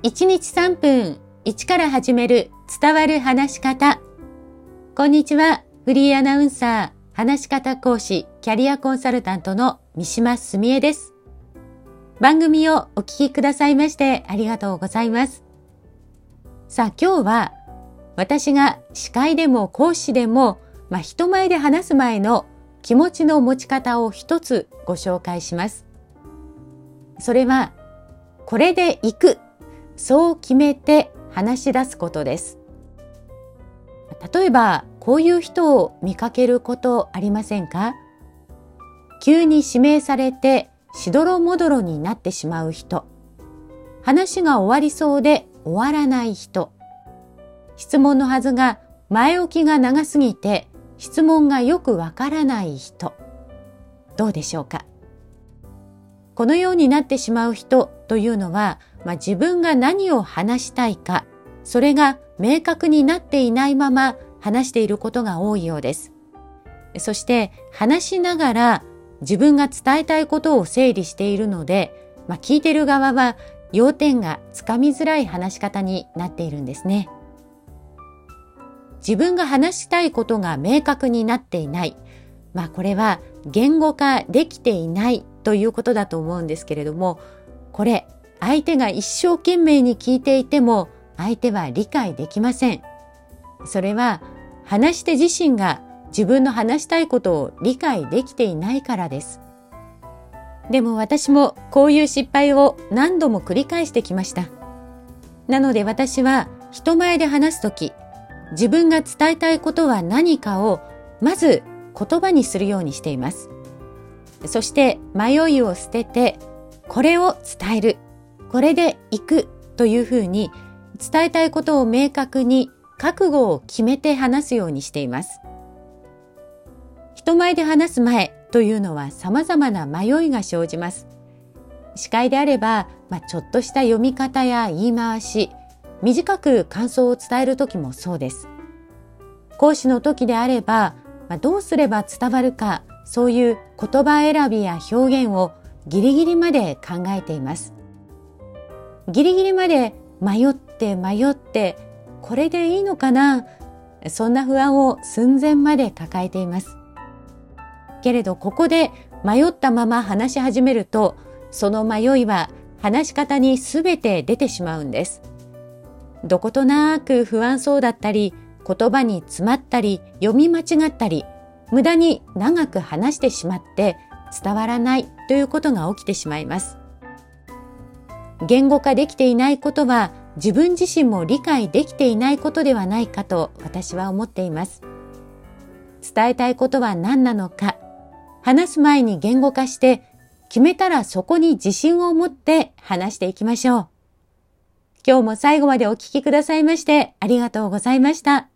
1日3分1から始める伝わる話し方。こんにちは。フリーアナウンサー、話し方講師、キャリアコンサルタントの三島澄江です。番組をお聞きくださいましてありがとうございます。さあ今日は私が司会でも講師でも、人前で話す前の気持ちの持ち方を一つご紹介します。それはこれで行く、そう決めて話し出すことです。例えばこういう人を見かけることありませんか？急に指名されてしどろもどろになってしまう人、話が終わりそうで終わらない人、質問のはずが前置きが長すぎて質問がよくわからない人、どうでしょうか？このようになってしまう人というのは、自分が何を話したいか、それが明確になっていないまま話していることが多いようです。そして話しながら自分が伝えたいことを整理しているので、聞いている側は要点がつかみづらい話し方になっているんですね。自分が話したいことが明確になっていない。これは言語化できていないということだと思うんですけれども、これ相手が一生懸命に聞いていても相手は理解できません。それは話し手自身が自分の話したいことを理解できていないからです。でも私もこういう失敗を何度も繰り返してきました。なので私は人前で話すとき、自分が伝えたいことは何かをまず言葉にするようにしています。そして迷いを捨てて、これを伝える、これで行くというふうに伝えたいことを明確に覚悟を決めて話すようにしています。人前で話す前というのは様々な迷いが生じます。司会であれば、ちょっとした読み方や言い回し、短く感想を伝えるときもそうです。講師の時であれば、どうすれば伝わるか、そういう言葉選びや表現をギリギリまで考えています。ギリギリまで迷ってこれでいいのかな、そんな不安を寸前まで抱えています。けれどここで迷ったまま話し始めると、その迷いは話し方に全て出てしまうんです。どことなく不安そうだったり、言葉に詰まったり、読み間違ったり、無駄に長く話してしまって伝わらないということが起きてしまいます。言語化できていないことは自分自身も理解できていないことではないかと私は思っています。伝えたいことは何なのか、話す前に言語化して決めたらそこに自信を持って話していきましょう。今日も最後までお聞きくださいましてありがとうございました。